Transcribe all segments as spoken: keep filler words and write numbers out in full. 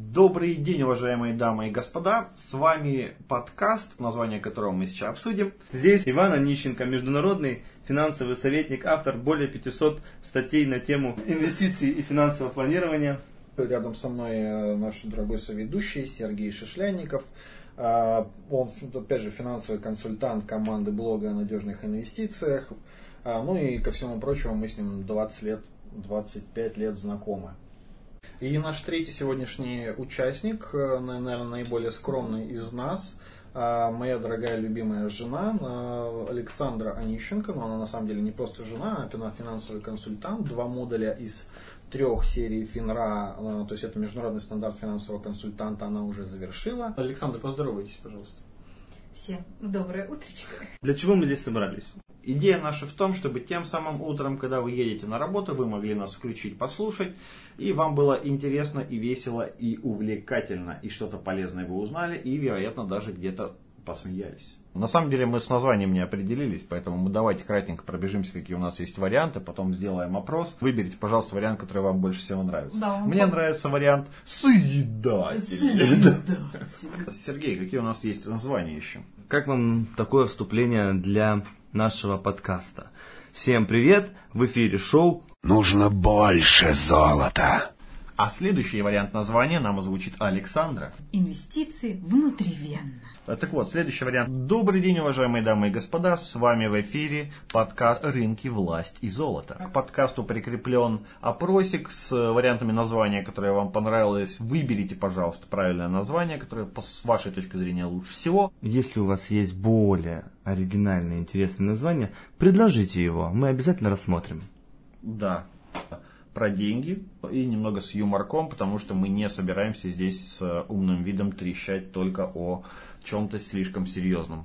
Добрый день, уважаемые дамы и господа. С вами подкаст, название которого мы сейчас обсудим. Здесь Иван Онищенко, международный финансовый советник, автор более пятисот статей на тему инвестиций и финансового планирования. Рядом со мной наш дорогой соведущий Сергей Шишлянников. Он, опять же, финансовый консультант команды блога о надежных инвестициях. Ну и ко всему прочему, мы с ним двадцать лет, двадцать пять лет знакомы. И наш третий сегодняшний участник, наверное, наиболее скромный из нас, моя дорогая любимая жена Александра Онищенко. Но она на самом деле не просто жена, а финансовый консультант. Два модуля из трех серий ФИНРА, то есть это международный стандарт финансового консультанта, она уже завершила. Александр, поздоровайтесь, пожалуйста. Всем доброе утречко. Для чего мы здесь собрались? Идея наша в том, чтобы тем самым утром, когда вы едете на работу, вы могли нас включить, послушать, и вам было интересно и весело и увлекательно, и что-то полезное вы узнали, и, вероятно, даже где-то посмеялись. На самом деле мы с названием не определились, поэтому мы давайте кратенько пробежимся, какие у нас есть варианты, потом сделаем опрос. Выберите, пожалуйста, вариант, который вам больше всего нравится. Да, Мне по... нравится вариант «Созидатель». Созидатель. Сергей, какие у нас есть названия еще? Как вам такое вступление для нашего подкаста? Всем привет, в эфире шоу «Нужно больше золота». А следующий вариант названия нам озвучит Александра. Инвестиции внутривенно. Так вот, следующий вариант. Добрый день, уважаемые дамы и господа. С вами в эфире подкаст «Рынки, власть и золото». К подкасту прикреплен опросик с вариантами названия, которое вам понравилось. Выберите, пожалуйста, правильное название, которое с вашей точки зрения лучше всего. Если у вас есть более оригинальное и интересное название, предложите его, мы обязательно рассмотрим. Да. Про деньги и немного с юморком, потому что мы не собираемся здесь с умным видом трещать только о чем-то слишком серьезном.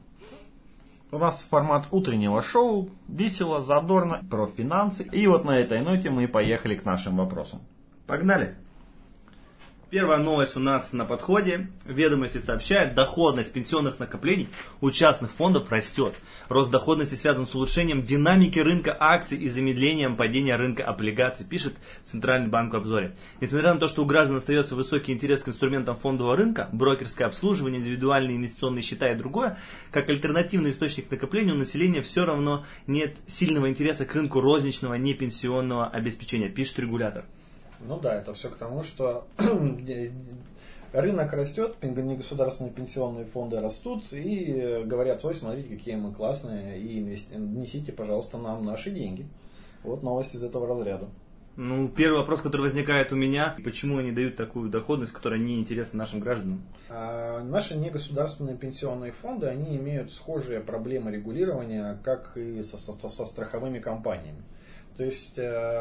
У нас формат утреннего шоу, весело, задорно, про финансы. И вот на этой ноте мы поехали к нашим вопросам. Погнали! Первая новость у нас на подходе. Ведомости сообщают, доходность пенсионных накоплений у частных фондов растет. Рост доходности связан с улучшением динамики рынка акций и замедлением падения рынка облигаций, пишет Центральный банк в обзоре. Несмотря на то, что у граждан остается высокий интерес к инструментам фондового рынка, брокерское обслуживание, индивидуальные инвестиционные счета и другое, как альтернативный источник накопления у населения все равно нет сильного интереса к рынку розничного непенсионного обеспечения, пишет регулятор. Ну да, это все к тому, что рынок растет, негосударственные пенсионные фонды растут и говорят: ой, смотрите, какие мы классные, и инвести... несите, пожалуйста, нам наши деньги. Вот новость из этого разряда. Ну, первый вопрос, который возникает у меня: почему они дают такую доходность, которая не интересна нашим гражданам? А наши негосударственные пенсионные фонды, они имеют схожие проблемы регулирования, как и со, со, со страховыми компаниями. То есть...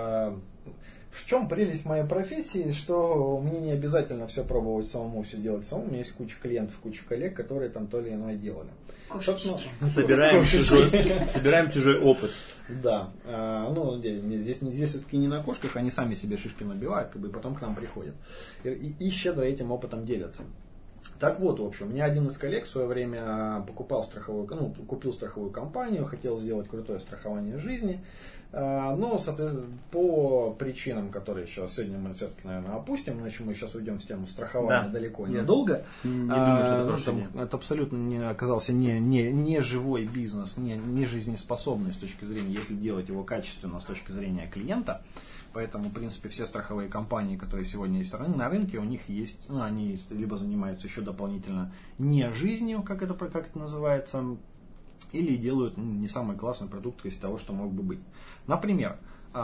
В чем прелесть моей профессии, что мне не обязательно все пробовать самому, все делать самому. У меня есть куча клиентов, куча коллег, которые там то или иное делали. Собираем чужой, собираем чужой опыт. Да. Ну, здесь, здесь все-таки не на кошках, они сами себе шишки набивают, как бы, и потом к нам приходят. И, и щедро этим опытом делятся. Так вот, в общем, у меня один из коллег в свое время покупал страховую, ну, купил страховую компанию, хотел сделать крутое страхование жизни, но, соответственно, по причинам, которые сейчас сегодня мы все-таки, наверное, опустим, иначе мы сейчас уйдем в тему страхования, да, далеко недолго. Не, не думаю, что это, ну, там, это абсолютно не оказался не, не, не живой бизнес, не, не жизнеспособный с точки зрения, если делать его качественно с точки зрения клиента. Поэтому, в принципе, все страховые компании, которые сегодня есть на рынке, у них есть, ну, они либо занимаются еще дополнительно не жизнью, как это, как это называется, или делают не самый классный продукт из того, что мог бы быть. Например,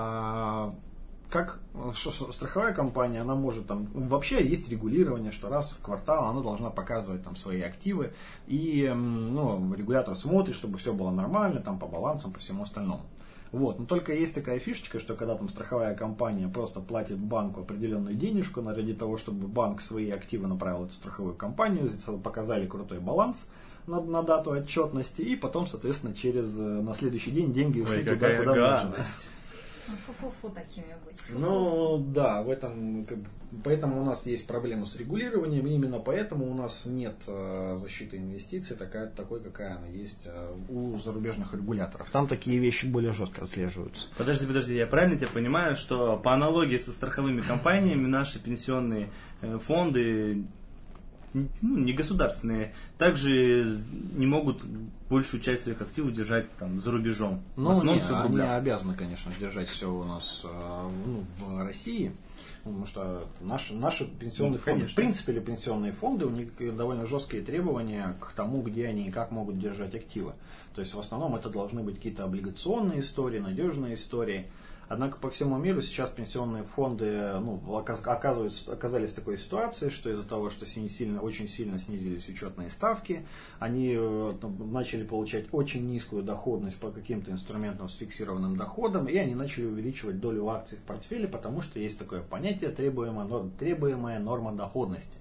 как страховая компания, она может там, вообще есть регулирование, что раз в квартал она должна показывать там свои активы, и, ну, регулятор смотрит, чтобы все было нормально, там по балансам, по всему остальному. Вот. Но только есть такая фишечка, что когда там страховая компания просто платит банку определенную денежку ради того, чтобы банк свои активы направил в эту страховую компанию, показали крутой баланс на, на дату отчетности, и потом, соответственно, через на следующий день деньги ушли туда, куда нужно. Фу-фу-фу такими быть. Ну да, в этом, как бы, поэтому у нас есть проблема с регулированием, и именно поэтому у нас нет э, защиты инвестиций такая, такой, какая она есть э, у зарубежных регуляторов. Там такие вещи более жестко отслеживаются. Подожди, подожди, я правильно тебя понимаю, что по аналогии со страховыми компаниями наши пенсионные э, фонды, ну, не государственные, также не могут большую часть своих активов держать там за рубежом. Ну, в основном не, все в они рублях. обязаны, конечно, держать все у нас э, ну, в России, потому что наши, наши пенсионные Ну, фонды, конечно. в принципе, или пенсионные фонды, у них довольно жесткие требования к тому, где они и как могут держать активы. То есть в основном это должны быть какие-то облигационные истории, надежные истории. Однако по всему миру сейчас пенсионные фонды ну, оказываются, оказались в такой ситуации, что из-за того, что сильно, очень сильно снизились учетные ставки, они начали получать очень низкую доходность по каким-то инструментам с фиксированным доходом, и они начали увеличивать долю акций в портфеле, потому что есть такое понятие требуемая, требуемая норма доходности.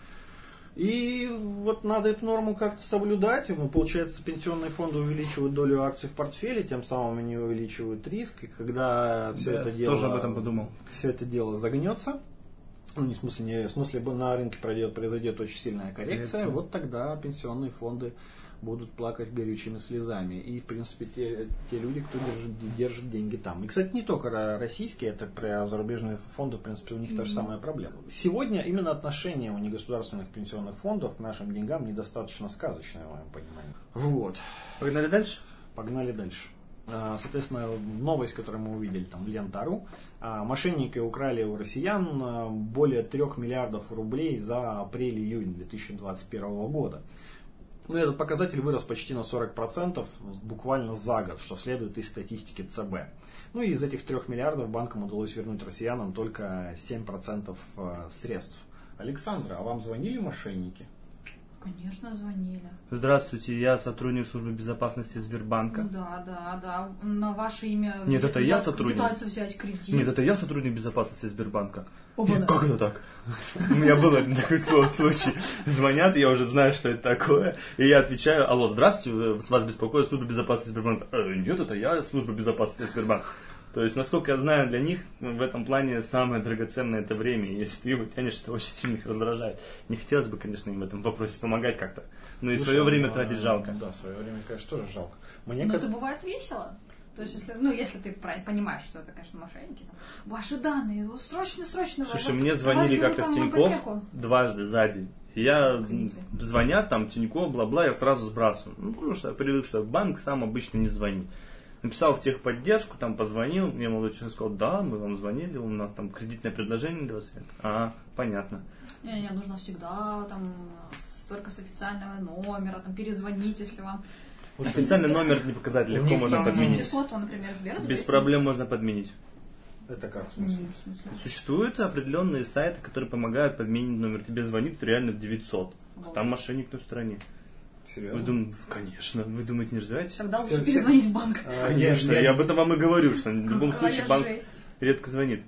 И вот надо эту норму как-то соблюдать. Ну, получается, пенсионные фонды увеличивают долю акций в портфеле, тем самым они увеличивают риск. И когда все Да, это дело, тоже об этом подумал. все это дело загнется, ну, не в смысле, не, в смысле на рынке пройдет, произойдет очень сильная коррекция, Коррекция. вот тогда пенсионные фонды будут плакать горючими слезами. И, в принципе, те, те люди, кто держит, держит деньги там. И, кстати, не только российские, это про зарубежные фонды, в принципе, у них та же самая проблема. Сегодня именно отношение у негосударственных пенсионных фондов к нашим деньгам недостаточно сказочное, в моем понимании. Вот. Погнали дальше? Погнали дальше. Соответственно, новость, которую мы увидели там в Лента.ру. Мошенники украли у россиян более трех миллиардов рублей за апрель-июнь две тысячи двадцать первого года. Ну, этот показатель вырос почти на сорок процентов буквально за год, что следует из статистики ЦБ. Ну и из этих трех миллиардов банкам удалось вернуть россиянам только семь процентов средств. Александра, а вам звонили мошенники? Конечно, звонили. Здравствуйте, я сотрудник службы безопасности Сбербанка. Да, да, да. На ваше имя Нет, это я взят- сотрудник. пытаются взять кредит. Нет, это я сотрудник безопасности Сбербанка. Оба-на. Как это так? У меня был один такой случай. Звонят, я уже знаю, что это такое. И я отвечаю: алло, здравствуйте, с вас беспокоит служба безопасности Сбербанка. «Э, нет, это я, служба безопасности Сбербанка. То есть, насколько я знаю, для них в этом плане самое драгоценное это время. И если ты его тянешь, это очень сильно их раздражает. Не хотелось бы, конечно, им в этом вопросе помогать как-то. Но и Слушай, свое время а, тратить жалко. Да, свое время, конечно, тоже жалко. Мне Но как- это бывает весело. То есть, если, ну, если ты правильно понимаешь, что это, конечно, мошенники, там, ваши данные, срочно, срочно. Слушай, вот, мне вас звонили берут как-то там с в Тинькофф ипотеку. дважды за день. И я Кредиты. м, звонят там Тинькофф, бла-бла, я сразу сбрасываю. Ну, потому что я привык, что банк сам обычно не звонит. Написал в техподдержку, там позвонил, мне молодой человек сказал: да, мы вам звонили, у нас там кредитное предложение для вас. А, понятно. Не, не, нужно всегда там только с официального номера, там перезвонить, если вам... Официальный номер не показатель, легко них можно там подменить. семьсот, например, Сбер. Без завести. проблем можно подменить. Это как в смысле? М, в смысле? Существуют определенные сайты, которые помогают подменить номер. Тебе звонит реально девятьсот. Вот. Там мошенник на стороне. Вы Серьезно? думаете, конечно, вы думаете, не разбираетесь? Тогда лучше Все- перезвонить в банк. А, Конечно, я- я об этом вам и говорю, что в любом Какая случае банк жесть. редко звонит.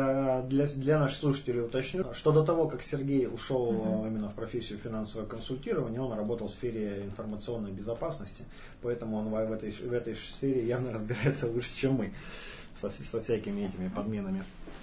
Я для, для наших слушателей уточню, что до того, как Сергей ушел Мгм. именно в профессию финансового консультирования, он работал в сфере информационной безопасности, поэтому он в этой, в этой сфере явно разбирается лучше, чем мы, со, со всякими этими подменами.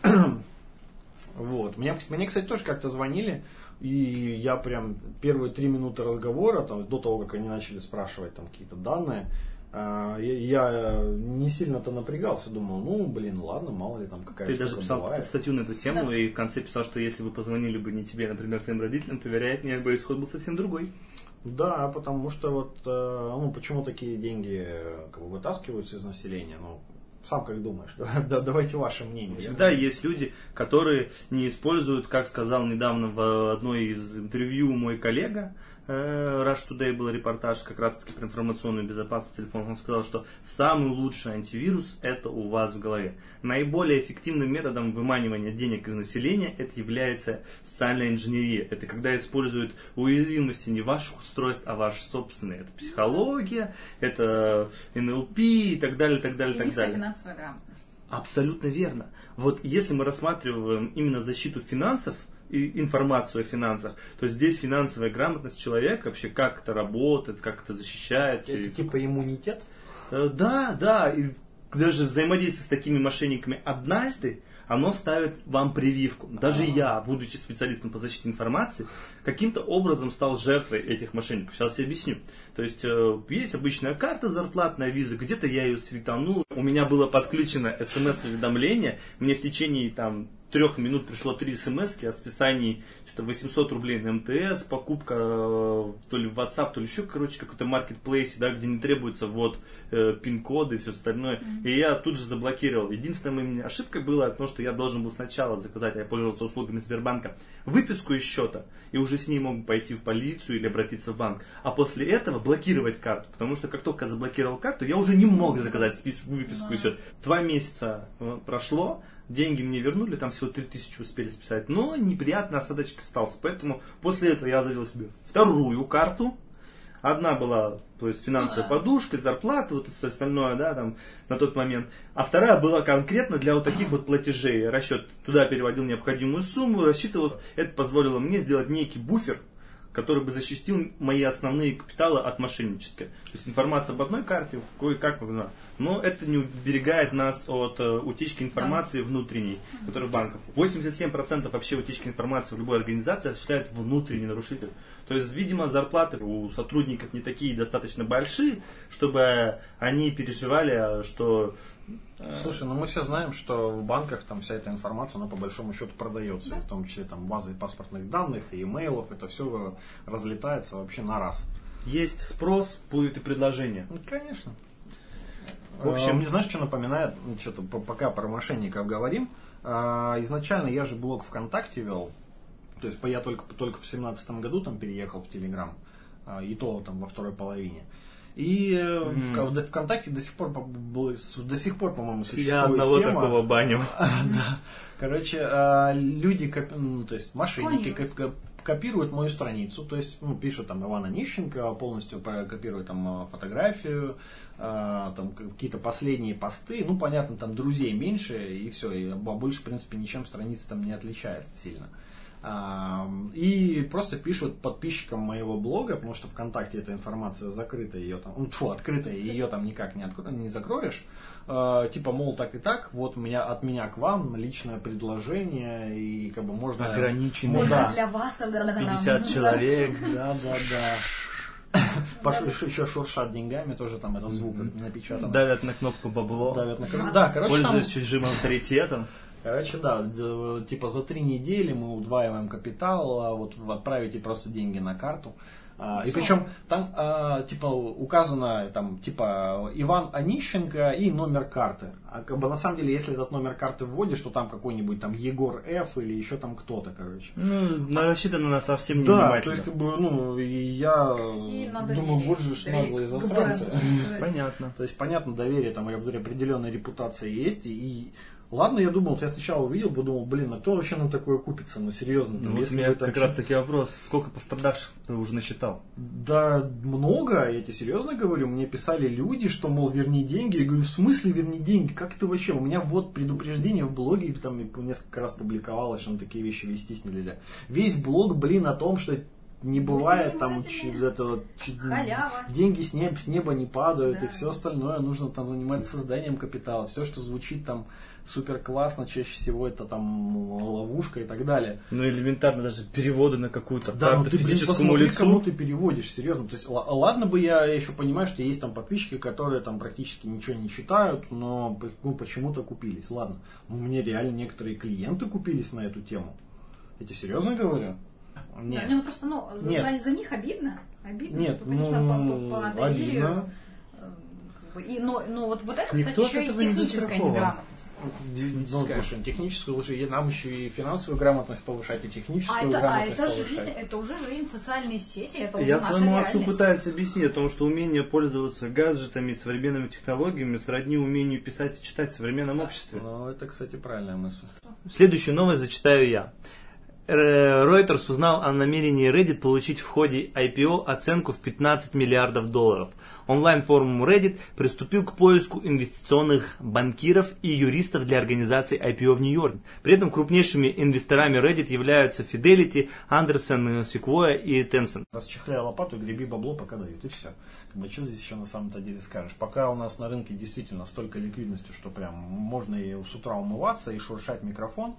Вот. Мне, мне, кстати, тоже как-то звонили, и я прям первые три минуты разговора, там, до того, как они начали спрашивать там какие-то данные, а, я, я не сильно-то напрягался, думал, ну, блин, ладно, мало ли там какая-то Ты даже штука писал бывает. статью на эту тему, Да. и в конце писал, что если бы позвонили бы не тебе, например, твоим родителям, то, вероятнее, бы исход был совсем другой. Да, потому что вот, э, ну, почему такие деньги э, как бы вытаскиваются из населения, ну, сам как думаешь, да, да, давайте ваше мнение. Всегда есть люди, которые не используют, как сказал недавно в одной из интервью мой коллега, э, Rush Today был репортаж как раз таки про информационную безопасность телефонов. Он сказал, что самый лучший антивирус это у вас в голове. Наиболее эффективным методом выманивания денег из населения это является социальная инженерия. Это когда используют уязвимости не ваших устройств, а ваши собственные. Это психология, это эн эл пи и так далее, так далее, И так низкая далее. финансовая грамотность. Абсолютно верно. Вот если мы рассматриваем именно защиту финансов и информацию о финансах, то здесь финансовая грамотность человека, вообще как это работает, как это защищается. Это и- типа иммунитет? Э, Да, да. И даже взаимодействие с такими мошенниками однажды, оно ставит вам прививку. Даже я, будучи специалистом по защите информации, каким-то образом стал жертвой этих мошенников. Сейчас я объясню. То есть, есть обычная карта зарплатная, виза, где-то я ее светанул. У меня было подключено смс-уведомление. Мне в течение там трех минут пришло три смс-ки о списании что-то восемьсот рублей на МТС, покупка то ли в WhatsApp, то ли еще, короче, какой-то маркетплейсе, да, где не требуется вот э, пин-коды и все остальное. Mm-hmm. И я тут же заблокировал. Единственная моя ошибка была то, что я должен был сначала заказать, я пользовался услугами Сбербанка, выписку из счета, и уже с ней мог пойти в полицию или обратиться в банк. А после этого блокировать карту, потому что как только я заблокировал карту, я уже не мог заказать список, выписку из счета. Два месяца прошло, деньги мне вернули, там всего три тысячи успели списать, но неприятный осадочек остался. Поэтому после этого я завел себе вторую карту. Одна была, то есть финансовая подушка, зарплата, вот все остальное, да, там на тот момент. А вторая была конкретно для вот таких вот платежей. Расчет туда переводил необходимую сумму, рассчитывался. Это позволило мне сделать некий буфер, который бы защитил мои основные капиталы от мошенничества. То есть информация об одной карте, кое-как, но это не уберегает нас от э, утечки информации внутренней, которая в банках. восемьдесят семь процентов вообще утечки информации в любой организации осуществляет внутренний нарушитель. То есть, видимо, зарплаты у сотрудников не такие достаточно большие, чтобы они переживали, что... Слушай, ну мы все знаем, что в банках там вся эта информация, она по большому счету продается, да. В том числе там базы паспортных данных и имейлов, это все разлетается вообще на раз. Есть спрос, будет и предложение. Ну, конечно. В общем, мне знаешь, что напоминает, что-то пока про мошенников говорим, изначально я же блог ВКонтакте вел, то есть я только, только в семнадцатом году там переехал в Телеграм, и то там во второй половине. И mm. в ВКонтакте до сих пор, до сих пор, по-моему, существует я одного тема. такого баню. Да. Короче, люди, ну, то есть мошенники копируют мою страницу, то есть ну, пишут там Иван Онищенко, полностью копируют там фотографию, там какие-то последние посты, ну понятно, там друзей меньше и все, и больше в принципе ничем страница там не отличается сильно. И просто пишут подписчикам моего блога, потому что ВКонтакте эта информация закрыта, ее там, ну, фу, открытая, ее там никак не, откро... не закроешь. Типа, мол, так и так, вот у меня, от меня к вам личное предложение, и как бы можно... Ограниченный. Ну, да. Для вас. пятьдесят человек. Да, да, да. Пошли еще шуршат деньгами, тоже там этот звук напечатан. Давят на кнопку бабло. Давят на кнопку. Да, короче, пользуясь там... чужим авторитетом. Короче, да, типа за три недели мы удваиваем капитал, а вот отправите просто деньги на карту. А, и причем там а, типа указано там типа Иван Онищенко и номер карты. А как бы на самом деле, если этот номер карты вводишь, то там какой-нибудь там Егор Ф или еще там кто-то, короче. Ну, рассчитано на совсем не да, внимательно. то есть как бы, ну, и я и думаю, боже ж наглые засранцы. Понятно. То есть понятно, доверие там определенная репутация есть, и ладно, я думал, я сначала увидел, подумал, блин, а кто вообще на такое купится? Ну, серьезно. Там, ну, вот у меня как раз таки вопрос, сколько пострадавших ты уже насчитал? Да, много, я тебе серьезно говорю, мне писали люди, что, мол, верни деньги. Я говорю, в смысле верни деньги? Как это вообще? У меня вот предупреждение в блоге, там несколько раз публиковалось, что на такие вещи вестись нельзя. Весь блог, блин, о том, что не бывает там ч- это, вот, ч- деньги с неба, с неба не падают, да. И все остальное нужно там заниматься созданием капитала. Все, что звучит там супер классно, чаще всего это там ловушка и так далее. Ну элементарно даже переводы на какую-то да, карту ну, ты, физическому посмотри, лицу. Кому ты переводишь, серьезно. То есть, л- ладно бы я еще понимаю, что есть там подписчики, которые там практически ничего не читают, но ну, почему-то купились. Ладно, у меня реально некоторые клиенты купились на эту тему. Я тебе серьезно говорю? Нет. Да, ну просто ну, за, за них обидно. Обидно, Нет, что, конечно, ну, по, по доверию. И, но, но вот, вот это, кстати, Никто еще и техническая неграмотность. Ну, слушай, техническую лучше, нам еще и финансовую грамотность повышать, и техническую а это, грамотность а это повышать. Жизнь, это уже жизнь, социальные сети, это уже Я наша своему реальность. отцу пытаюсь объяснить о том, что умение пользоваться гаджетами, современными технологиями сродни умению писать и читать в современном обществе. Ну, это, кстати, правильная мысль. Следующую новость зачитаю я. Reuters узнал о намерении Reddit получить в ходе ай пи о оценку в пятнадцать миллиардов долларов. Онлайн-форум Reddit приступил к поиску инвестиционных банкиров и юристов для организации ай пи о в Нью-Йорке. При этом крупнейшими инвесторами Reddit являются Fidelity, Anderson, Sequoia и Tencent. Расчехляй лопату, греби бабло, пока дают, и все. Как бы, что здесь еще на самом-то деле скажешь? Пока у нас на рынке действительно столько ликвидности, что прям можно и с утра умываться, и шуршать микрофон.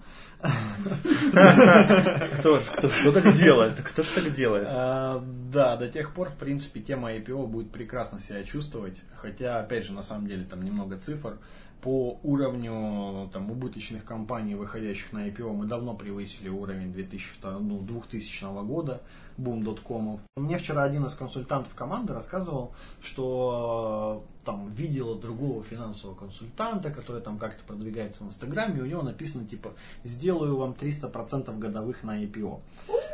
Кто так делает? Кто ж так делает? Да, до тех пор, в принципе, тема ай пи о будет прекрасно себя чувствовать. Хотя, опять же, на самом деле, там немного цифр. По уровню там, убыточных компаний, выходящих на ай пи о, мы давно превысили уровень двухтысячного года, бум доткомов. Мне вчера один из консультантов команды рассказывал, что там видел другого финансового консультанта, который там как-то продвигается в Инстаграме, и у него написано типа «Сделаю вам триста процентов годовых на ай пи о».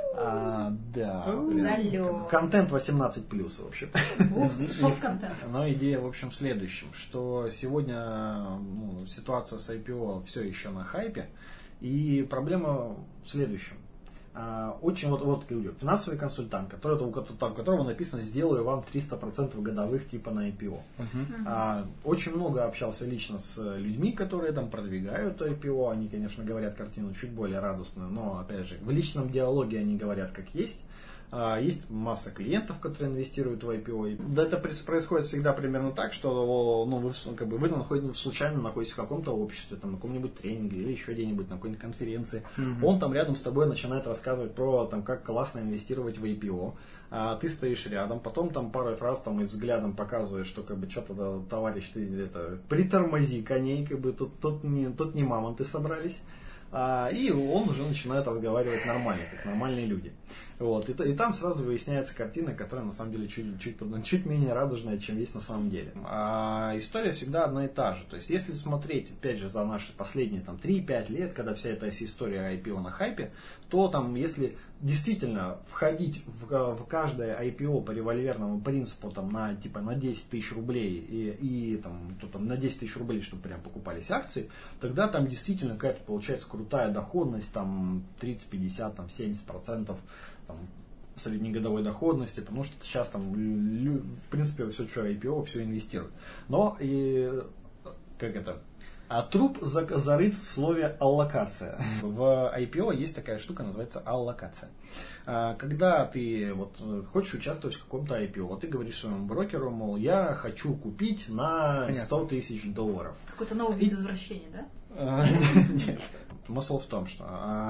А, да. Залет. Контент восемнадцать плюс, в общем. Шоп-контент. Но идея, в общем, в следующем, что сегодня ну, ситуация с ай пи о все еще на хайпе, и проблема в следующем. Очень вот, вот люди, финансовый консультант, который, у которого написано «Сделаю вам триста процентов годовых типа на ай пи о». Uh-huh. А, очень много общался лично с людьми, которые там продвигают ай пи о. Они, конечно, говорят картину чуть более радостную, но, опять же, в личном диалоге они говорят как есть. А, есть масса клиентов, которые инвестируют в ай пи о. Да, это происходит всегда примерно так, что ну, вы, как бы, вы находитесь, случайно находитесь в каком-то обществе, там, на каком-нибудь тренинге или еще где-нибудь, на какой-нибудь конференции. Mm-hmm. Он там рядом с тобой начинает рассказывать про, там, как классно инвестировать в ай пи о. А ты стоишь рядом, потом там пару фраз там, и взглядом показываешь, что как бы что-то, товарищ, ты это, притормози коней, как бы тут, тут, не, тут не мамонты собрались. А, и он уже начинает разговаривать нормально, как нормальные люди. Вот. И, и там сразу выясняется картина, которая на самом деле чуть, чуть, чуть менее радужная, чем есть на самом деле. А история всегда одна и та же. То есть, если смотреть, опять же, за наши последние там, три-пять лет, когда вся эта история ай пи о на хайпе, то там, если действительно входить в, в каждое ай пи о по револьверному принципу там, на, типа, на десять тысяч рублей и, и там, то, там, на десять тысяч рублей, чтобы прям покупались акции, тогда там действительно какая-то получается крутая доходность, там тридцать-пятьдесят, там семьдесят процентов там, среднегодовой доходности, потому что сейчас там, в принципе, все, что ай пи о, все инвестирует. Но и как это? А труп зарыт в слове аллокация. В ай пи о есть такая штука, называется аллокация. Когда ты вот, хочешь участвовать в каком-то ай пи о, ты говоришь своему брокеру, мол, я хочу купить на сто тысяч долларов. Какой-то новый вид извращения, да? Нет. Смысл в том, что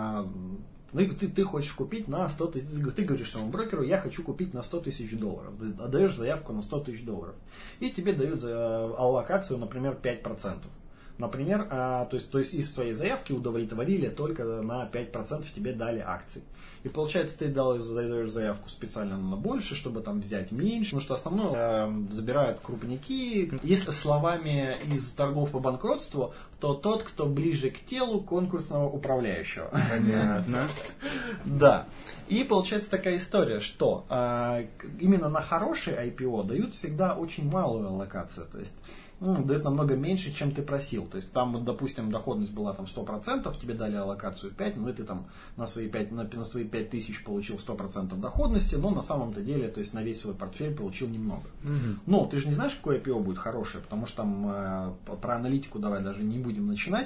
ну, ты, ты хочешь купить на сто тысяч, ты говоришь своему брокеру, я хочу купить на сто тысяч долларов. Ты отдаешь заявку на сто тысяч долларов. И тебе дают за аллокацию, например, пять процентов. Например, а, то, есть, то есть из твоей заявки удовлетворили только на пять процентов тебе дали акций. И получается, ты дал, задаешь заявку специально на больше, чтобы там взять меньше. Потому что основное э, забирают крупники. Если словами из торгов по банкротству, то тот, кто ближе к телу конкурсного управляющего. Понятно. Да. И получается такая история, что именно на хороший ай пи о дают всегда очень малую аллокацию. То есть ну, дают намного меньше, чем ты просил. То есть там, допустим, доходность была там сто процентов, тебе дали аллокацию пять, ну и ты там на свои пять, на, на свои пять тысяч получил сто процентов доходности, но на самом-то деле, то есть на весь свой портфель получил немного. Угу. Но ты же не знаешь, какое ай пи о будет хорошее, потому что там э, про аналитику давай даже не будем начинать.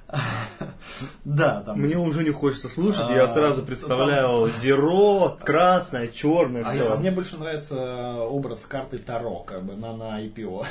Да, там. Мне уже не хочется слушать, я сразу представляю зеро, красное, черное, все. А мне больше нравится образ карты Таро, как бы на, на ай пи о.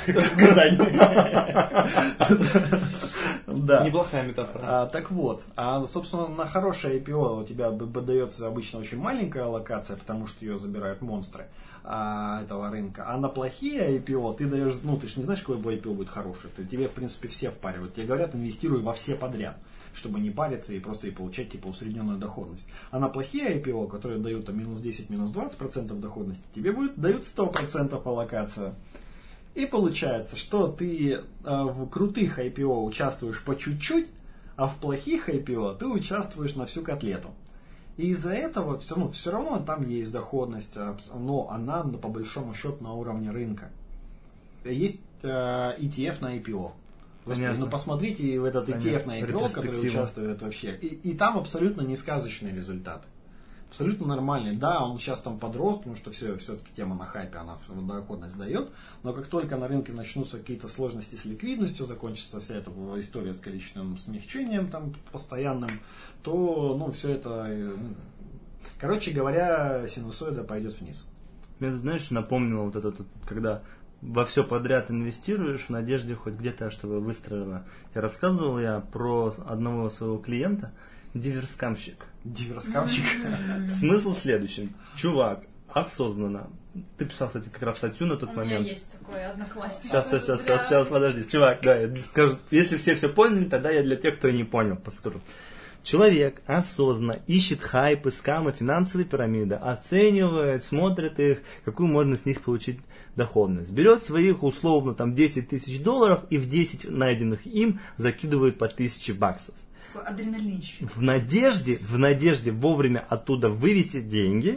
Да. Неплохая метафора. Так вот, а собственно на хорошее ай пи о у тебя дается обычно очень маленькая аллокация, потому что ее забирают монстры этого рынка. А на плохие ай пи о ты даешь, ну ты же не знаешь, какой ай пи о будет хороший. Ты, тебе, в принципе, все впаривают. Тебе говорят, инвестируй во все подряд, чтобы не париться и просто и получать типа усредненную доходность. А на плохие ай пи о, которые дают там, минус десять, минус двадцать процентов доходности, тебе будет, дают сто процентов аллокацию. И получается, что ты э, в крутых ай пи о участвуешь по чуть-чуть, а в плохих ай пи о ты участвуешь на всю котлету. И из-за этого все, ну, все равно там есть доходность, но она по большому счету на уровне рынка. Есть э, и ти эф на ай пи о. Господи, ну посмотрите в этот и ти эф на ай пи о, который участвует вообще. И, и там абсолютно не сказочные результаты. абсолютно нормальный. Да, он сейчас там подрос, потому что все, все-таки тема на хайпе, она доходность дает. Но как только на рынке начнутся какие-то сложности с ликвидностью, закончится вся эта история с количественным смягчением там постоянным, то ну, все это... Ну, короче говоря, синусоида пойдет вниз. Мне, знаешь, напомнило вот это, вот, когда во все подряд инвестируешь в надежде хоть где-то, чтобы выстрелило. Я рассказывал я про одного своего клиента, диверскамщик. Диверскамщик. Смысл в следующем. Чувак осознанно. Ты писал, кстати, как раз статью на тот У момент. меня есть такой одноклассник. Сейчас, сейчас, сейчас, Да. сейчас, сейчас, подожди. Чувак, да, я скажу, если все все поняли, тогда я для тех, кто не понял, подскажу. Человек осознанно ищет хайпы, скамы, финансовые пирамиды, оценивает, смотрит их, какую можно с них получить доходность. Берет своих условно там десять тысяч долларов и в десять найденных им закидывает по тысяче баксов. Такой адреналинщик. В надежде, в надежде вовремя оттуда вывести деньги,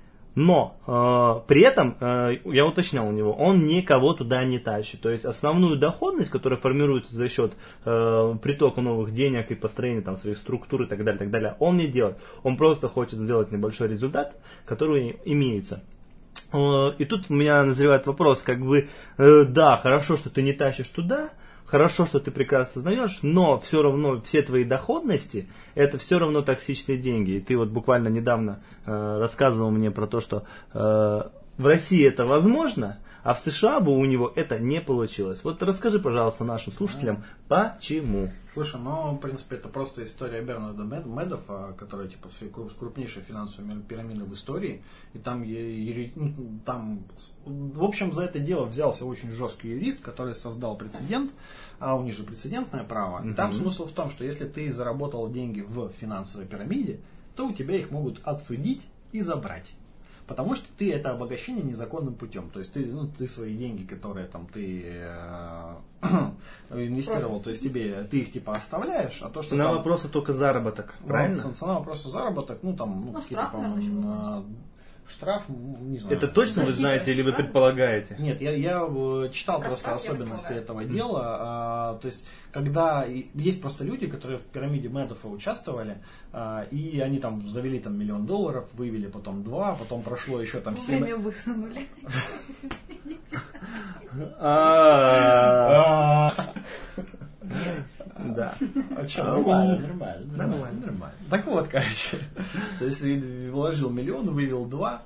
но э, при этом, э, я уточнял у него, он никого туда не тащит. То есть основную доходность, которая формируется за счет э, притока новых денег и построения там, своих структур и так далее, так далее, он не делает. Он просто хочет сделать небольшой результат, который имеется. Э, и тут у меня назревает вопрос, как бы, э, да, хорошо, что ты не тащишь туда, хорошо, что ты прекрасно знаешь, но все равно все твои доходности, это все равно токсичные деньги. И ты вот буквально недавно э, рассказывал мне про то, что э, в России это возможно, а в США бы у него это не получилось. Вот расскажи, пожалуйста, нашим слушателям, почему. Слушай, ну, в принципе, это просто история Бернарда Медоффа, которая, типа, крупнейшая финансовая пирамида в истории. И там, ну, там, в общем, за это дело взялся очень жесткий юрист, который создал прецедент, а у них же прецедентное право. И там Mm-hmm. смысл в том, что если ты заработал деньги в финансовой пирамиде, то у тебя их могут отсудить и забрать. Потому что ты это обогащение незаконным путем. То есть ты, ну, ты свои деньги, которые там ты э, инвестировал, то есть тебе ты их типа оставляешь, а то, что Цена там, вопроса только заработок, ну, правильно? Цена вопроса заработок, ну там, ну, Ну, какие-то, штраф, наверное, еще по-моему, штраф, не знаю. Это точно За вы знаете хитрость или вы штраф? предполагаете? Нет, я, я э, читал Про просто штраф я особенности предполагаю. этого дела. А, то есть, когда и- есть просто люди, которые в пирамиде Медоффа участвовали, а, и они там завели там миллион долларов, вывели потом два, потом прошло еще там семь. Время высунули. Извините. А, Да. А что, нормально, нормально, нормально, Нормально. нормально. Так вот, короче, то есть вложил миллион, вывел два,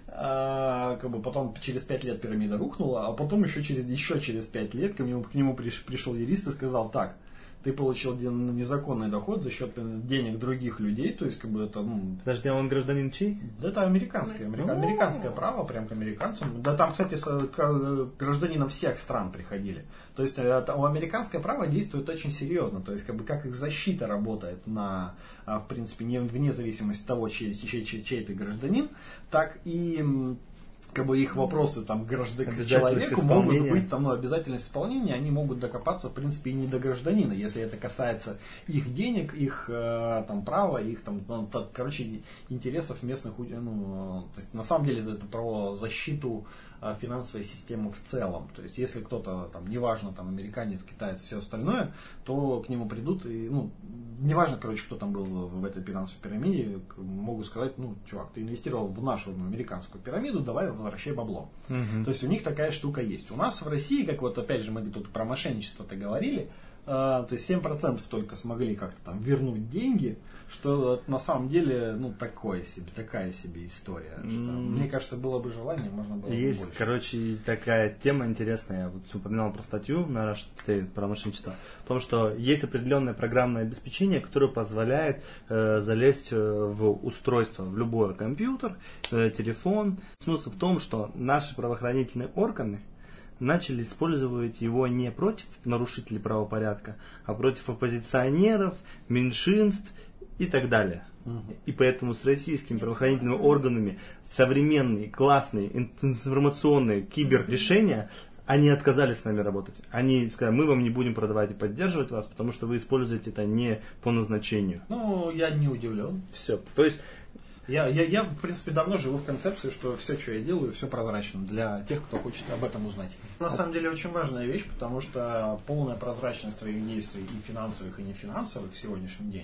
а, как бы потом через пять лет пирамида рухнула, а потом еще через, еще через пять лет к нему, к нему приш- пришел юрист и сказал: так, ты получил ден- незаконный доход за счет денег других людей, то есть как бы это, ну, Подожди, а он гражданин чей? да, это американское, америка- американское право, прям к американцам. Да там, кстати, с- к гражданинам всех стран приходили. То есть э, у американское право действует очень серьезно. То есть как бы как их защита работает на, а, в принципе, не, вне зависимости от того, чей, чей, чей, чей ты гражданин, так и м, как бы их вопросы там, к, граждан... к Обязательность человеку могут исполнения. быть там, ну, обязательность исполнения, они могут докопаться, в принципе, и не до гражданина, если это касается их денег, их э, там права, их там, ну, та- короче, интересов местных, у- ну, то есть на самом деле это про защиту э, финансовой системы в целом. То есть если кто-то там, неважно, там, американец, китаец, все остальное, то к нему придут и, ну, неважно, короче, кто там был в этой финансовой пирамиде, к- могут сказать: ну, чувак, ты инвестировал в нашу ну, американскую пирамиду, давай возвращай бабло. Мгм. То есть у них такая штука есть. У нас в России, как вот опять же мы тут про мошенничество-то говорили, э, то есть семь процентов только смогли как-то там вернуть деньги, что это на самом деле, ну, такое себе, такая себе история. Что, М. мне кажется, было бы желание, можно было бы Есть, больше. короче, такая тема интересная. Я вот упоминал про статью на Rush Today про мошенничество. В том, что есть определенное программное обеспечение, которое позволяет э, залезть э, в устройство, в любой компьютер, э, телефон. Смысл в том, что наши правоохранительные органы начали использовать его не против нарушителей правопорядка, а против оппозиционеров, меньшинств и так далее. И поэтому с российскими правоохранительными органами современные, классные, информационные киберрешения, они отказались с нами работать. Они сказали: мы вам не будем продавать и поддерживать вас, потому что вы используете это не по назначению. Ну, я не удивлен. Все. То есть, Я, я, я, в принципе, давно живу в концепции, что все, что я делаю, все прозрачно для тех, кто хочет об этом узнать. На самом деле очень важная вещь, потому что полная прозрачность твоих действий и финансовых, и нефинансовых в сегодняшний день,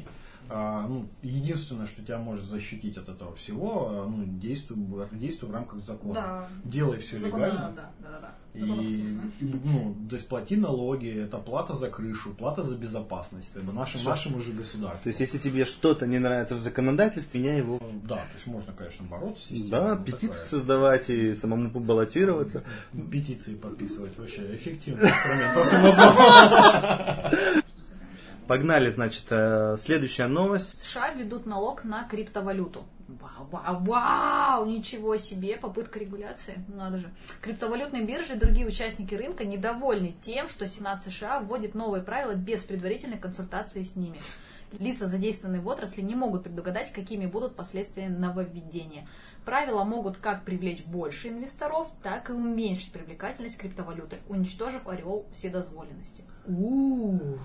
А, ну, единственное, что тебя может защитить от этого всего, ну, действуй, действуй в рамках закона. Да. Делай все Закон, легально. да, да, да, да. И, и, ну, то есть плати налоги, это плата за крышу, плата за безопасность, это нашим, нашему же государству. То есть, если тебе что-то не нравится в законодательстве, меня его... Да, то есть можно, конечно, бороться с системой. Да, петиции создавать и самому баллотироваться. Петиции подписывать вообще эффективный инструмент. Погнали, значит, следующая новость. США введут налог на криптовалюту. Вау, вау, вау, ничего себе, попытка регуляции, надо же. Криптовалютные биржи и другие участники рынка недовольны тем, что Сенат США вводит новые правила без предварительной консультации с ними. Лица, задействованные в отрасли, не могут предугадать, какими будут последствия нововведения. Правила могут как привлечь больше инвесторов, так и уменьшить привлекательность криптовалюты, уничтожив ореол вседозволенности. У-у-у.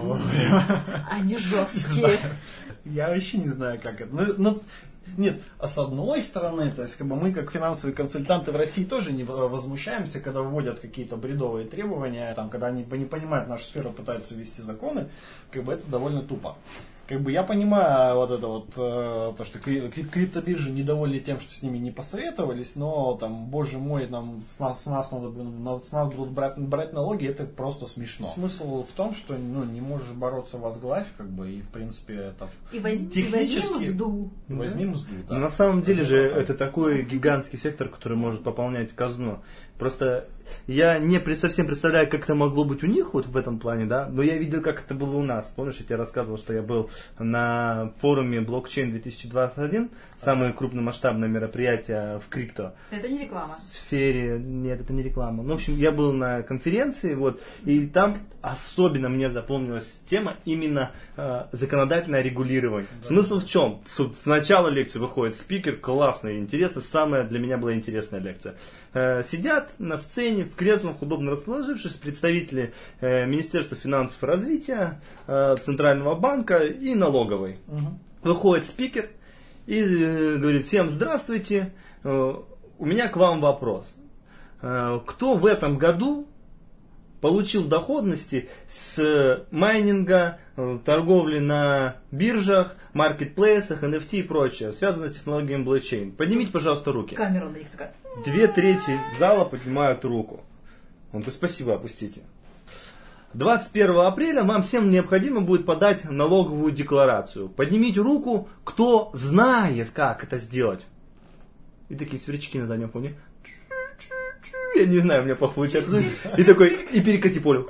Они жесткие. Я вообще не знаю, как это. Ну, ну, нет, а с одной стороны, то есть как бы мы как финансовые консультанты в России тоже не возмущаемся, когда вводят какие-то бредовые требования, там, когда они не понимают нашу сферу, пытаются ввести законы, как бы это довольно тупо. Как бы я понимаю вот это вот, э, то, что криптобиржи недовольны тем, что с ними не посоветовались, но там, боже мой, нам, с, нас, с, нас надо, с нас будут брать, брать налоги, это просто смешно. Смысл в том, что ну, не можешь бороться возглавь, как бы, и в принципе это и воз... технически... возьми мзду. Возьми мзду, да. Но на самом деле же это такой гигантский сектор, который может пополнять казну. Просто я не совсем представляю, как это могло быть у них вот в этом плане, да, но я видел, как это было у нас. Помнишь, я тебе рассказывал, что я был на форуме блокчейн две тысячи двадцать один, самое крупномасштабное мероприятие в крипто. Это не реклама. В сфере, нет, это не реклама. Ну, в общем, я был на конференции, вот, и там особенно мне запомнилась тема именно э, законодательное регулирование. Да. Смысл в чем? В начало лекции выходит спикер, классный, интересный, самая для меня была интересная лекция. Э, сидят на сцене, в креслах, удобно расположившись, представители э, Министерства финансов и развития, э, Центрального банка и налоговой. Угу. Выходит спикер и э, говорит: всем здравствуйте, э, у меня к вам вопрос. Э, кто в этом году получил доходности с майнинга, э, торговли на биржах, маркетплейсах, эн эф ти и прочее, связанное с технологиями блокчейн? Поднимите, пожалуйста, руки. Камера на них такая. Две трети зала поднимают руку. Он говорит: спасибо, опустите. двадцать первого апреля вам всем необходимо будет подать налоговую декларацию. Поднимите руку, кто знает, как это сделать. И такие сверчки на заднем фоне. Я не знаю, у меня плохо получается. И такой, и перекати поле.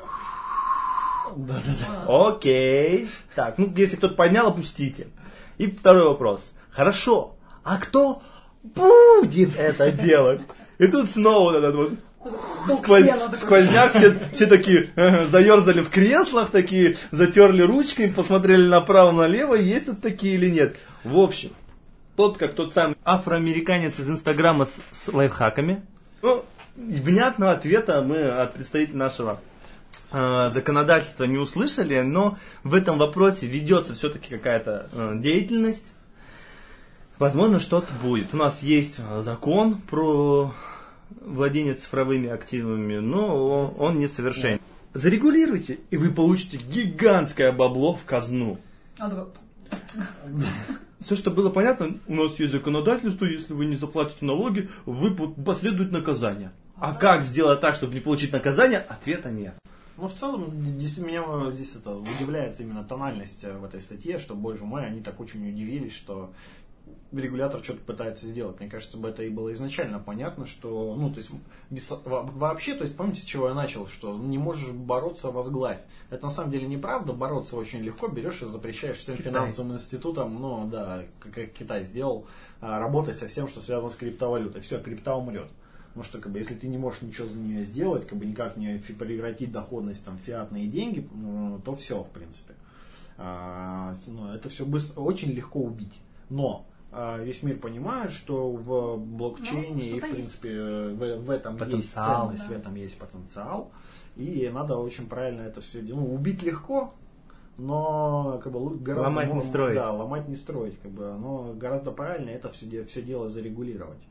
Окей. Так, ну если кто-то поднял, опустите. И второй вопрос. Хорошо, а кто будет это делать? И тут снова вот этот вот сквозь, сквозняк, все, все такие э, заерзали в креслах, такие затерли ручками, посмотрели направо-налево, есть тут такие или нет. В общем, тот, как тот самый афроамериканец из Инстаграма с, с лайфхаками, ну, внятного ответа мы от представителя нашего э, законодательства не услышали, но в этом вопросе ведется все-таки какая-то э, деятельность. Возможно, что-то будет. У нас есть закон про владение цифровыми активами, но он, он несовершенен. Зарегулируйте, и вы получите гигантское бабло в казну. Все, что было понятно, у нас есть законодательство, если вы не заплатите налоги, вы последует наказание. А как сделать так, чтобы не получить наказание? Ответа нет. Ну, в целом, действительно, меня здесь это удивляет именно тональность в этой статье, что, боже мой, они так очень удивились, что регулятор что-то пытается сделать. Мне кажется, бы это и было изначально понятно, что, ну, то есть, без, вообще, то есть, помните, с чего я начал, что не можешь бороться возглавь. Это на самом деле неправда, бороться очень легко, берешь и запрещаешь всем Китай. Финансовым институтам, ну, да, как Китай сделал, работать со всем, что связано с криптовалютой. Все, крипта умрет. Потому что, как бы, если ты не можешь ничего за нее сделать, как бы никак не превратить доходность там, в фиатные деньги, ну, то все, в принципе. А, ну, это все быстро, очень легко убить. Но весь мир понимает, что в блокчейне ну, и, в принципе, в, в этом потенциал, есть ценность, да. В этом есть потенциал. И надо очень правильно это все делать. Ну, убить легко, но как бы, гораздо... Ломать ну, не строить. Да, ломать не строить. Как бы, но гораздо правильнее это все, все дело зарегулировать.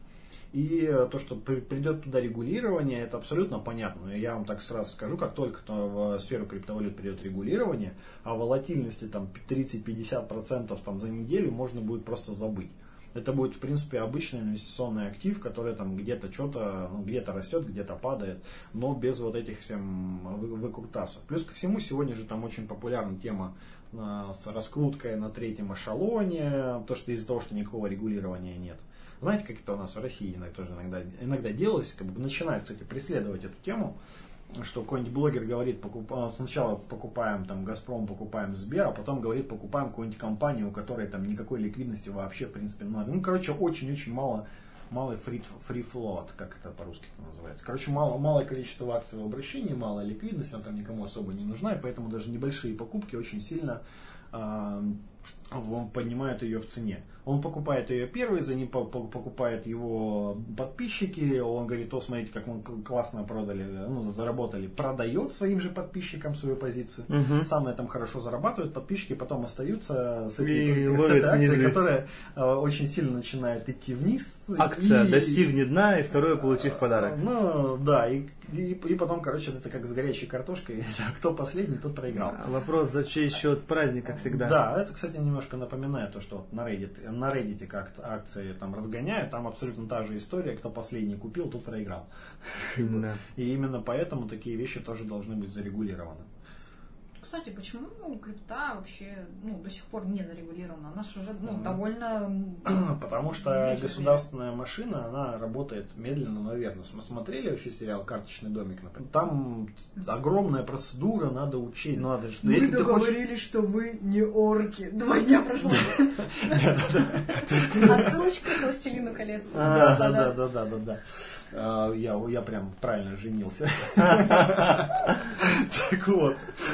И э, то, что при- придет туда регулирование, это абсолютно понятно. Я вам так сразу скажу, как только в сферу криптовалют придет регулирование, о волатильности там тридцать-пятьдесят процентов там, за неделю можно будет просто забыть. Это будет, в принципе, обычный инвестиционный актив, который там где-то что-то, ну, где-то растет, где-то падает, но без вот этих всем вы- выкрутасов. Плюс ко всему, сегодня же там очень популярна тема а, с раскруткой на третьем эшелоне, то, что из-за того, что никакого регулирования нет. Знаете, как это у нас в России иногда, тоже иногда, иногда делалось, как бы начинают, кстати, преследовать эту тему, что какой-нибудь блогер говорит, покуп... сначала покупаем там Газпром, покупаем Сбер, а потом говорит, покупаем какую-нибудь компанию, у которой там никакой ликвидности вообще, в принципе, ну, ну короче, очень-очень мало, малый free, free float, как это по-русски это называется. Короче, мало, малое количество акций в обращении, малая ликвидность, она там никому особо не нужна, и поэтому даже небольшие покупки очень сильно э, поднимают ее в цене. Он покупает ее первый, за ним покупают его подписчики, он говорит, о, смотрите, как мы классно продали, ну, заработали, продает своим же подписчикам свою позицию, угу. Сам на этом хорошо зарабатывает, подписчики потом остаются с этой, с этой акцией, которая э, очень сильно начинает идти вниз. Акция и, достигнет дна, и второе получив подарок. Ну, да, и, и, и потом, короче, это как с горячей картошкой, кто последний, тот проиграл. Вопрос, за чей счет праздник, как всегда. Да, это, кстати, немножко напоминает то, что вот на Reddit, на Reddit как акции там разгоняют, там абсолютно та же история, кто последний купил, тот проиграл. Да. И именно поэтому такие вещи тоже должны быть зарегулированы. Кстати, почему крипта вообще ну, до сих пор не зарегулирована? Она же ну, довольно... Потому что государственная машина, она работает медленно, но верно. Мы смотрели вообще сериал «Карточный домик», например? Там огромная процедура, надо учить. Надо, что, Вы договорились, хочешь... что вы не орки. Два дня прошло. Отсылочка к «Властелину колец». Да, да, да, да, да. Я, я прям правильно женился. Так вот.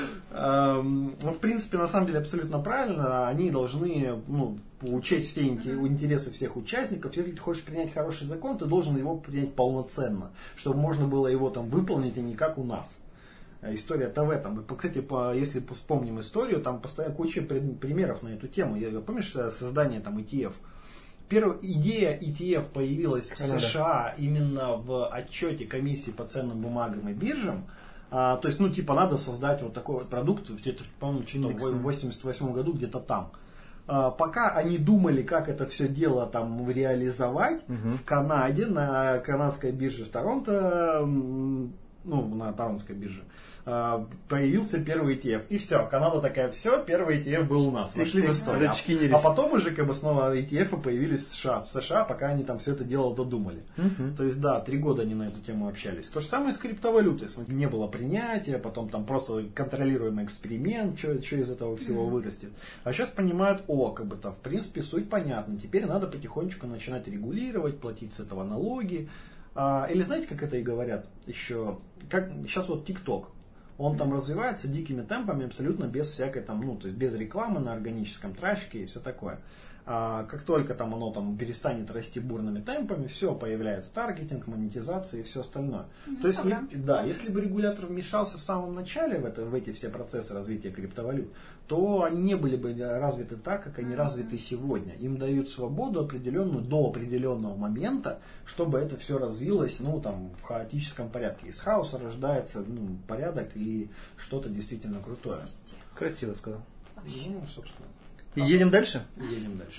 Ну, в принципе, на самом деле, абсолютно правильно. Они должны ну, учесть все интересы всех участников. Если ты хочешь принять хороший закон, ты должен его принять полноценно, чтобы можно было его там выполнить, а не как у нас. История-то в этом. Кстати, если вспомним историю, там постоянно куча примеров на эту тему. Помнишь создание там и ти эф? Первая идея и ти эф появилась в США именно в отчете комиссии по ценным бумагам и биржам. А, то есть, ну, типа, надо создать вот такой вот продукт, где-то, по-моему, в восемьдесят восьмом году, где-то там. А, пока они думали, как это все дело там реализовать, угу. В Канаде, на канадской бирже в Торонто, ну, на торонтской бирже, появился первый и ти эф. И все, Канада такая, все, первый и ти эф был у нас. Нашли в истории. А, а потом уже как бы снова и ти эф появились в США, в США, пока они там все это дело додумали. Uh-huh. То есть да, три года они на эту тему общались. То же самое с криптовалютой. Не было принятия, потом там просто контролируемый эксперимент, что из этого всего uh-huh. вырастет. А сейчас понимают, о, как бы там, в принципе, суть понятна. Теперь надо потихонечку начинать регулировать, платить с этого налоги. А, или знаете, как это и говорят еще? Как, сейчас вот ТикТок. Он там развивается дикими темпами, абсолютно без всякой там, ну, то есть без рекламы на органическом трафике и все такое. А как только там оно там перестанет расти бурными темпами, все, появляется таргетинг, монетизация и все остальное. Ну, то есть, и, да, если бы регулятор вмешался в самом начале в, это, в эти все процессы развития криптовалют, то они не были бы развиты так, как они mm-hmm. развиты сегодня. Им дают свободу определенную до определенного момента, чтобы это все развилось, ну, там, в хаотическом порядке. Из хаоса рождается ну, порядок и что-то действительно крутое. Красиво сказал. Ну, собственно. И едем дальше? Едем дальше.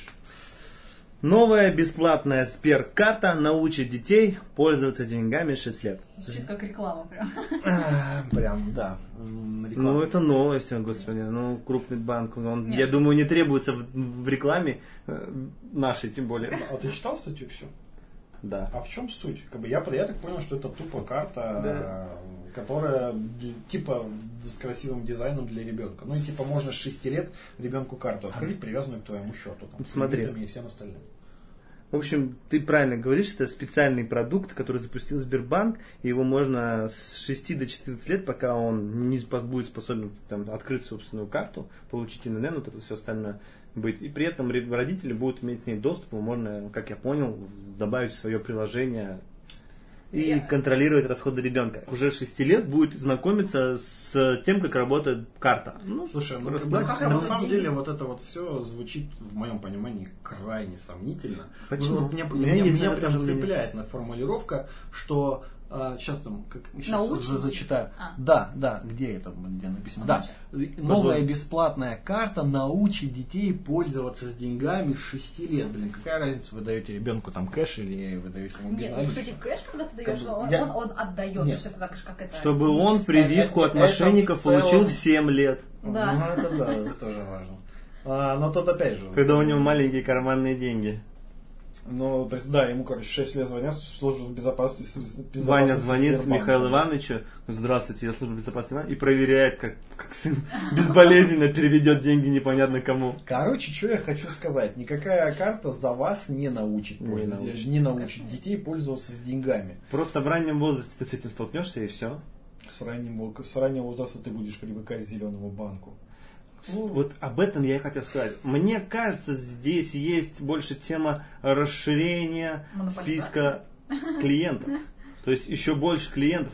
Новая бесплатная Сберкарта научит детей пользоваться деньгами шесть лет. Звучит как реклама прям. Прям, да. Реклама. Ну, это новость, господи. Ну, крупный банк, он, я думаю, не требуется в, в рекламе нашей, тем более. А ты читал статью все? Да. А в чем суть? Как бы я, я так понял, что это тупо карта, да. Которая типа с красивым дизайном для ребенка. Ну и типа можно с шести лет ребенку карту открыть, привязанную к твоему счету. Там, смотри. И всем остальным. В общем, ты правильно говоришь, это специальный продукт, который запустил Сбербанк, и его можно с шести до четырнадцати лет, пока он не будет способен там, открыть собственную карту, получить эн эн эн, вот это все остальное быть. И при этом родители будут иметь к ней доступ, и можно, как я понял, добавить в свое приложение. и Я- контролировать расходы ребенка. Уже шести лет будет знакомиться с тем, как работает карта. Ну, Слушай, ну, просто- как бы, Как на работают самом деньги? деле вот это вот все звучит, в моем понимании, крайне сомнительно. Почему? Вот меня У меня меня, есть меня на это прям тоже мнение. цепляет на формулировка, что а, сейчас там, как, сейчас Научить? за- зачитаю. А. Да, да, где это, где написано? Да, Ага. новая бесплатная карта научит детей пользоваться с деньгами с шести лет. Блин, какая разница, вы даете ребенку там кэш или вы даете ему Нет, ну, безналичку? кстати, кэш, когда ты даешь, бы он, я- он, он отдает, то Нет. есть это так же, как это... чтобы он физическое. прививку от Это- мошенников это в целом- получил в семь лет, Да. Ну, это да, это тоже важно. А, но тут опять же... когда у него маленькие карманные деньги. Ну, то есть, да, ему, короче, шесть лет звонят в службу безопасности. безопасности Ваня звонит Сбербанка. Михаилу Ивановичу: здравствуйте, я служба безопасности, и проверяет, как, как сын безболезненно переведет деньги непонятно кому. Короче, что я хочу сказать. Никакая карта за вас не научит, Не пользоваться- научит. не научит детей пользоваться с деньгами. Просто в раннем возрасте ты с этим столкнешься, и все. С раннего, с раннего возраста ты будешь привыкать к зеленому банку. Вот об этом я и хотел сказать. Мне кажется, здесь есть больше тема расширения Монополизации. списка клиентов. То есть еще больше клиентов.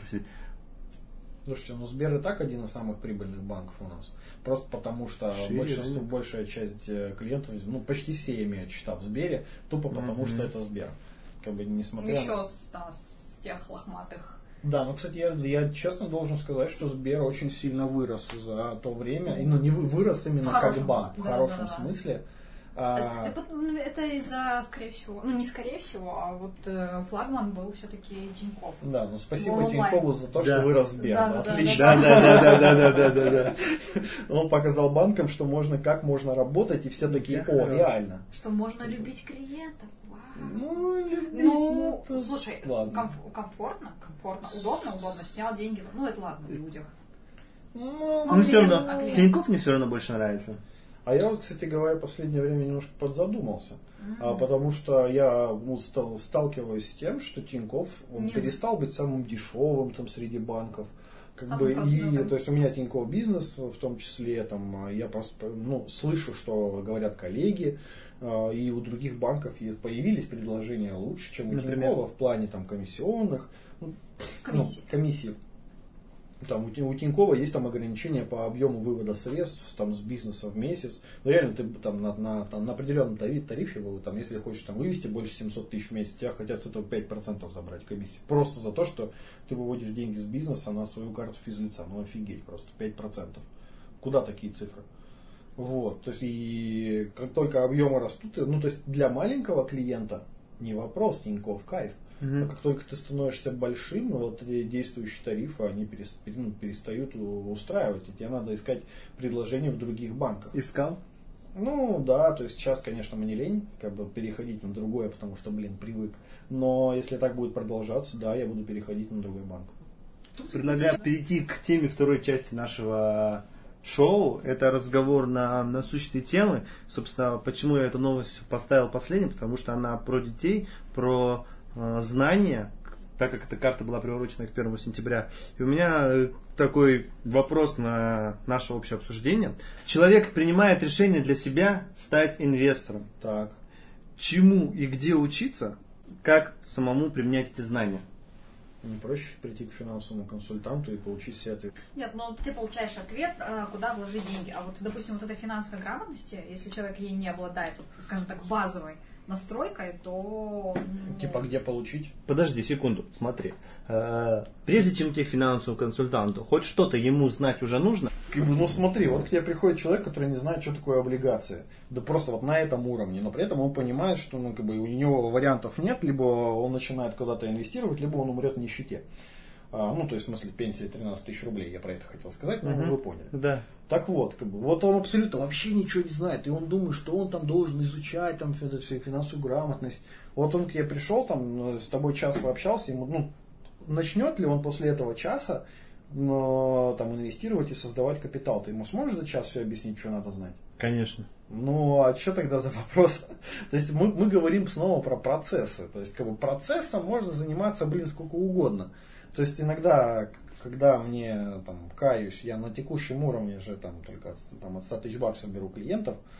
Слушайте, ну Сбер и так один из самых прибыльных банков у нас. Просто потому что Шире, большинство, да. большая часть э, клиентов, ну почти все имеют счета в Сбере, тупо потому Мгм. что это Сбер. Как бы несмотря Еще на... с, да, с тех лохматых. Да, ну, кстати, я, я честно должен сказать, что Сбер очень сильно вырос за то время. И, ну, не вы- вырос именно В как хорошем, банк, в да, хорошем да, да. смысле. А, Это, ну, это из-за, скорее всего, ну не скорее всего, а вот э, флагман был все-таки Тинькофф. да, ну спасибо онлайн. Тинькову за то, Да. что вырос Сбер. Да, да, да, да, отлично. Да, да, да, да, да, да, да, да. Он показал банкам, что можно, как можно работать, и все такие, Я о, хорош. реально. Что можно любить клиентов. Вау. Ну, любить, Ну, это- слушай, ладно. комф- комфортно, комфортно, удобно, удобно, снял деньги. Ну, это ладно, в людях. Ну, Ну все равно, А клиент? Тинькофф мне все равно больше нравится. А я вот, кстати говоря, в последнее время немножко подзадумался. А, потому что я ну, стал- сталкиваюсь с тем, что Тинькофф он Не- перестал быть самым дешевым там среди банков. Как Самым бы, и, продвинутым. то есть у меня Тинькофф бизнес, в том числе, там, я просто ну, слышу, что говорят коллеги, а, и у других банков и появились предложения лучше, чем у Например? Тинькова в плане там, комиссионных, ну, Комиссии. ну, комиссий. Там, у, Тин- у Тинькова есть там ограничения по объему вывода средств там, с бизнеса в месяц. Но реально ты там, на, на, там, на определенном тарифе, тарифе вы, там, если хочешь там, вывести больше семьсот тысяч в месяц, тебя хотят с этого пять процентов забрать комиссии. Просто за то, что ты выводишь деньги с бизнеса на свою карту физлица. Ну офигеть, просто пять процентов. Куда такие цифры? Вот, то есть и как только объемы растут, ну то есть для маленького клиента не вопрос, Тинькофф кайф. Мгм. А как только ты становишься большим, ну, вот эти действующие тарифы, они перес- ну, перестают у- устраивать. И тебе надо искать предложения в других банках. Искал? Ну да, то есть сейчас, конечно, мне лень как бы переходить на другое, потому что, блин, привык. Но если так будет продолжаться, да, я буду переходить на другой банк. Предлагаю перейти к теме второй части нашего шоу. Это разговор на насущные темы. Собственно, почему я эту новость поставил последней? Потому что она про детей, про э, знания, так как эта карта была приурочена к первому сентября. И у меня э, такой вопрос на наше общее обсуждение. Человек принимает решение для себя стать инвестором. Так. Чему и где учиться, как самому применять эти знания? Не проще прийти к финансовому консультанту и получить все ответы. Нет, но ты получаешь ответ, э, куда вложить деньги. А вот, допустим, вот этой финансовой грамотности, если человек ей не обладает, вот, скажем так, базовой настройкой, то... ну, Типа где получить? Подожди секунду, смотри. Э, Прежде чем идти к финансовому консультанту, хоть что-то ему знать уже нужно. Как бы, ну смотри, вот к тебе приходит человек, который не знает, что такое облигация. Да просто вот на этом уровне. Но при этом он понимает, что ну, как бы, у него вариантов нет. Либо он начинает куда-то инвестировать, либо он умрет в нищете. А, ну, то есть, в смысле, пенсия тринадцать тысяч рублей. Я про это хотел сказать, но Мгм. вы поняли. Да. Так вот, как бы, вот он абсолютно вообще ничего не знает. И он думает, что он там должен изучать там, фи- фи- финансовую грамотность. Вот он к тебе пришел, там, с тобой час пообщался, ему, ну, начнет ли он после этого часа но, там, инвестировать и создавать капитал? Ты ему сможешь за час все объяснить, что надо знать? Конечно. Ну, а что тогда за вопрос? То есть мы, мы говорим снова про процессы. То есть как бы процессом можно заниматься, блин, сколько угодно. То есть иногда, к- когда мне там каюсь, я на текущем уровне же там только от- там, от ста тысяч баксов беру клиентов,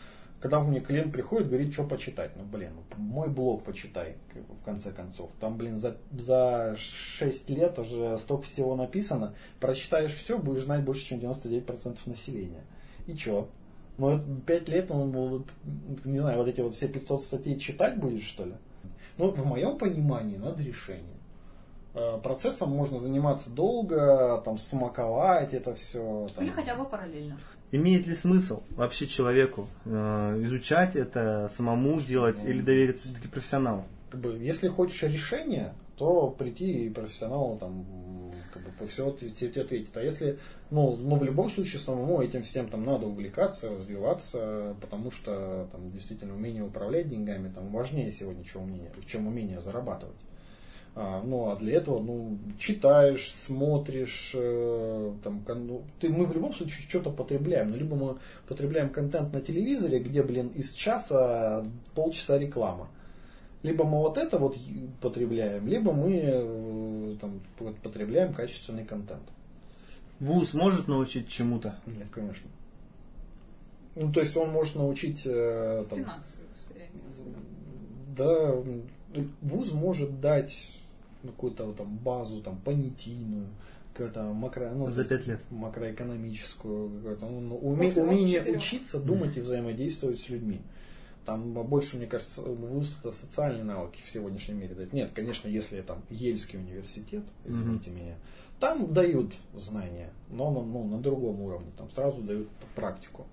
Когда мне клиент приходит, говорит, что почитать. Ну, блин, мой блог почитай, как бы, в конце концов. Там, блин, за, за шесть лет уже столько всего написано. Прочитаешь все, будешь знать больше, чем девяносто девять процентов населения. И что? Ну, пять лет он, не знаю, вот эти вот все пятьсот статей читать будешь, что ли? Ну, в моем понимании, надо решение. Процессом можно заниматься долго, там, смаковать это все. Там. Или хотя бы параллельно. Имеет ли смысл вообще человеку э, изучать это, самому делать, ну, или довериться все-таки профессионалу? Как бы, если хочешь решения, то прийти и профессионалу там, как бы, все тебе ответит. А если, ну, ну, в любом случае самому этим всем там надо увлекаться, развиваться, потому что там действительно умение управлять деньгами там важнее сегодня, чем умение, чем умение зарабатывать. А, ну, а для этого, ну, читаешь, смотришь, э, там, ну, ты, мы в любом случае что-то потребляем. Ну, либо мы потребляем контент на телевизоре, где, блин, из часа полчаса реклама. Либо мы вот это вот потребляем, либо мы э, там, потребляем качественный контент. Вуз может научить чему-то? Нет, конечно. Ну, то есть он может научить... Э, там, финансовую, скорее, да, вуз может дать какую-то там базу там понятийную, какую-то макро, ну, за пять лет макроэкономическую, ну, уме, умение учиться, думать и взаимодействовать с людьми. Там больше, мне кажется, вуз это социальные навыки в сегодняшнем мире дают. Нет, конечно, если там Ельский университет, извините mm-hmm. меня, там дают знания, но ну, ну, на другом уровне, там сразу дают практику.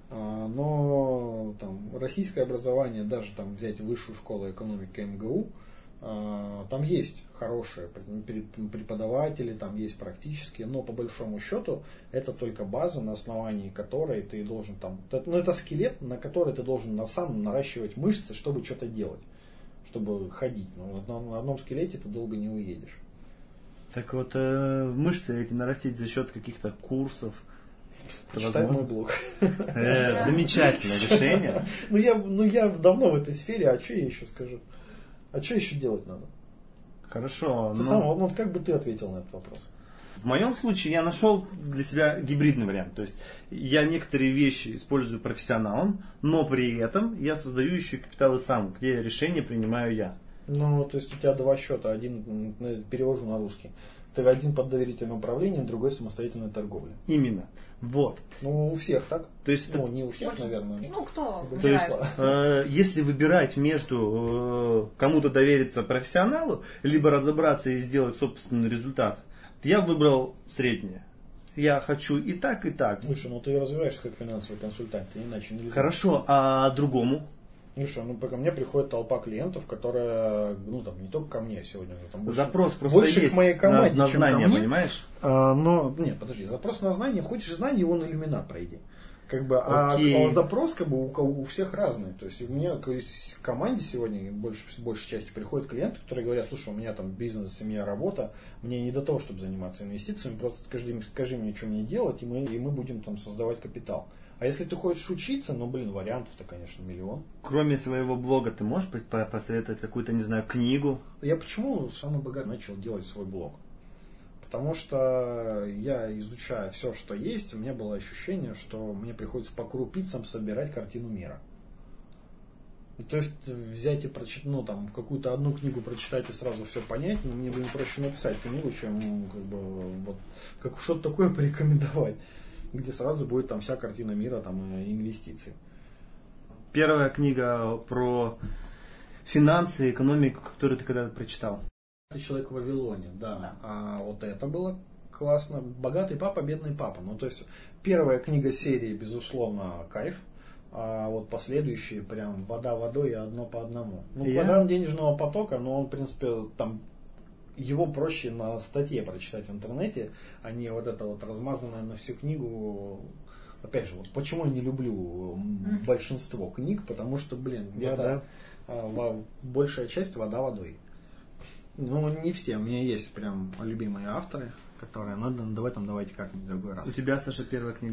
Но там, российское образование, даже там взять высшую школу экономики эм гэ у, там есть хорошие преподаватели, там есть практические, но по большому счету это только база, на основании которой ты должен там, ну это скелет, на который ты должен на сам наращивать мышцы, чтобы что-то делать, чтобы ходить. Но на одном скелете ты долго не уедешь. Так вот, э, мышцы эти нарастить за счет каких-то курсов. Почитай мой блог. Э, замечательное решение. Ну я, ну я давно в этой сфере, а что я еще скажу? А что еще делать надо? Хорошо. Ты но... сам, ну, как бы ты ответил на этот вопрос? В моем случае я нашел для себя гибридный вариант. То есть я некоторые вещи использую профессионалом, но при этом я создаю еще капиталы сам, где решения принимаю я. Ну, то есть у тебя два счета, один перевожу на русский. Ты один под доверительным управлением, другой самостоятельной торговлей. Именно. Вот. Ну, у всех так. То есть ну, это... не у всех, наверное. Ну, кто То есть, э, если выбирать между э, кому-то довериться профессионалу, либо разобраться и сделать собственный результат, то я выбрал среднее. Я хочу и так, и так. Слушай, ну ты развиваешься как финансовый консультант, иначе нельзя. Хорошо, а другому? Ну что, ну ко мне приходит толпа клиентов, которая, ну там не только ко мне сегодня, там больше, запрос просто больше есть к моей команде, на, на чем знания, ко мне. Понимаешь? А, но нет, подожди, запрос на знание, хочешь знания, его на иллюминат пройди. Как бы, а, а запрос как бы у, у всех разный. То есть у меня то есть, в команде сегодня больше, большей частью приходят клиенты, которые говорят, слушай, у меня там бизнес, семья, работа, мне не до того, чтобы заниматься инвестициями, просто скажи, скажи мне, что мне делать, и мы, и мы будем там создавать капитал. А если ты хочешь учиться, ну, блин, вариантов-то, конечно, миллион. Кроме своего блога, ты можешь посоветовать какую-то, не знаю, книгу? Я почему самый богатый начал делать свой блог? Потому что я, изучая все, что есть, у меня было ощущение, что мне приходится по крупицам собирать картину мира. То есть взять и прочитать, ну, там, какую-то одну книгу прочитать и сразу все понять, но мне, блин, проще написать книгу, чем, как бы, вот, как что-то такое порекомендовать, где сразу будет там вся картина мира, там, и инвестиций. Первая книга про финансы, экономику, которую ты когда-то прочитал. Человек в Вавилоне, да. да. А вот это было классно. Богатый папа, бедный папа. Ну, то есть, первая книга серии, безусловно, кайф. А вот последующие прям вода водой и одно по одному. Ну, Я... квадрант денежного потока, но он, в принципе, там его проще на статье прочитать в интернете, а не вот это вот размазанное на всю книгу. Опять же, вот почему я не люблю mm. большинство книг, потому что, блин, я, вода, да. большая часть вода водой. Ну, не все. У меня есть прям любимые авторы, которые, ну, давай там, давайте как-нибудь в другой раз. У тебя, Саша, первая книга?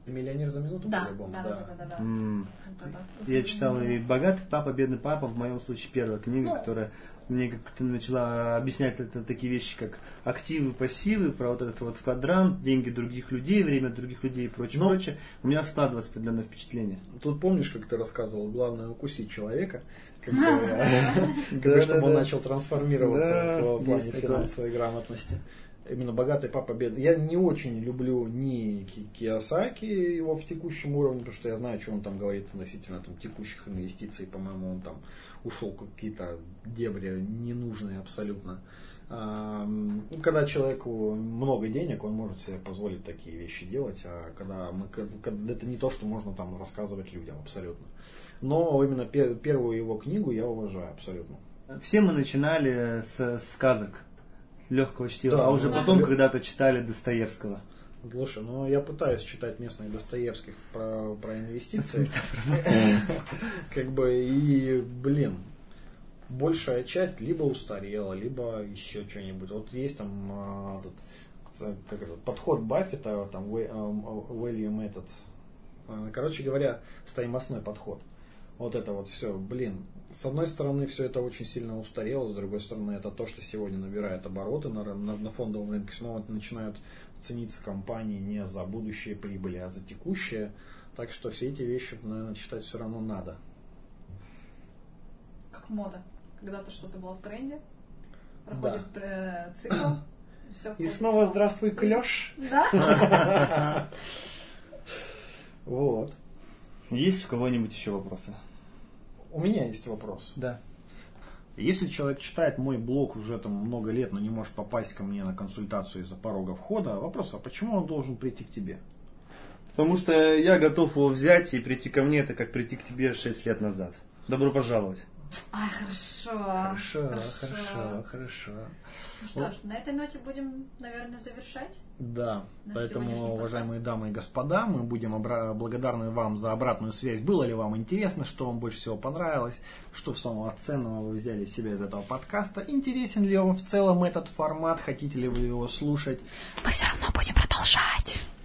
Миллионер за минуту, Да, по-любому. да, да, да, да, да. М. Вот это. Я читал и «Богатый папа, бедный папа», в моем случае первая книга, Ну. которая мне как-то начала объяснять это, такие вещи, как активы, пассивы, про вот этот вот квадрант, деньги других людей, время других людей и прочее, Ну. прочее. У меня складывалось определенное впечатление. Тут помнишь, как ты рассказывал, главное укусить человека, как бы, как бы, чтобы он да. начал трансформироваться Да, в плане есть такое. финансовой грамотности. Именно «Богатый папа бедный». Я не очень люблю ни Ки- Кийосаки, его в текущем уровне, потому что я знаю, что он там говорит относительно там, текущих инвестиций. По-моему, он там ушел в какие-то дебри ненужные абсолютно. А, ну, когда человеку много денег, он может себе позволить такие вещи делать, а когда, мы, когда это не то, что можно там рассказывать людям абсолютно. Но именно пер- первую его книгу я уважаю абсолютно. Все мы начинали с сказок легкого чтива, Да, а уже да. потом когда-то читали Достоевского. Слушай, ну я пытаюсь читать местных Достоевских про, про инвестиции. Как бы и, блин, большая часть либо устарела, либо еще что-нибудь. Вот есть там а, этот, как это, подход Баффета, там Уильям этот, а, короче говоря, стоимостной подход. Вот это вот все, блин. С одной стороны, все это очень сильно устарело, с другой стороны, это то, что сегодня набирает обороты на, на, на фондовом рынке. Снова начинают цениться компании не за будущие прибыли, а за текущие. Так что все эти вещи, наверное, читать все равно надо. Как мода. Когда-то что-то было в тренде, проходит э, цикл, все И снова здравствуй, клеш. Да? Вот. Есть у кого-нибудь еще вопросы? У меня есть вопрос. Да. Если человек читает мой блог уже там много лет, но не может попасть ко мне на консультацию из-за порога входа, вопрос, а почему он должен прийти к тебе? Потому что я готов его взять и прийти ко мне, это как прийти к тебе шесть лет назад. Добро пожаловать. Ай, хорошо. Хорошо, хорошо, хорошо. Ну что ж, на этой ноте будем, наверное, завершать. Да, Наш поэтому, сегодняшний уважаемые дамы и господа, мы будем обра- благодарны вам за обратную связь. Было ли вам интересно, что вам больше всего понравилось, что самого ценного вы взяли себе из этого подкаста, интересен ли вам в целом этот формат, хотите ли вы его слушать. Мы все равно будем продолжать.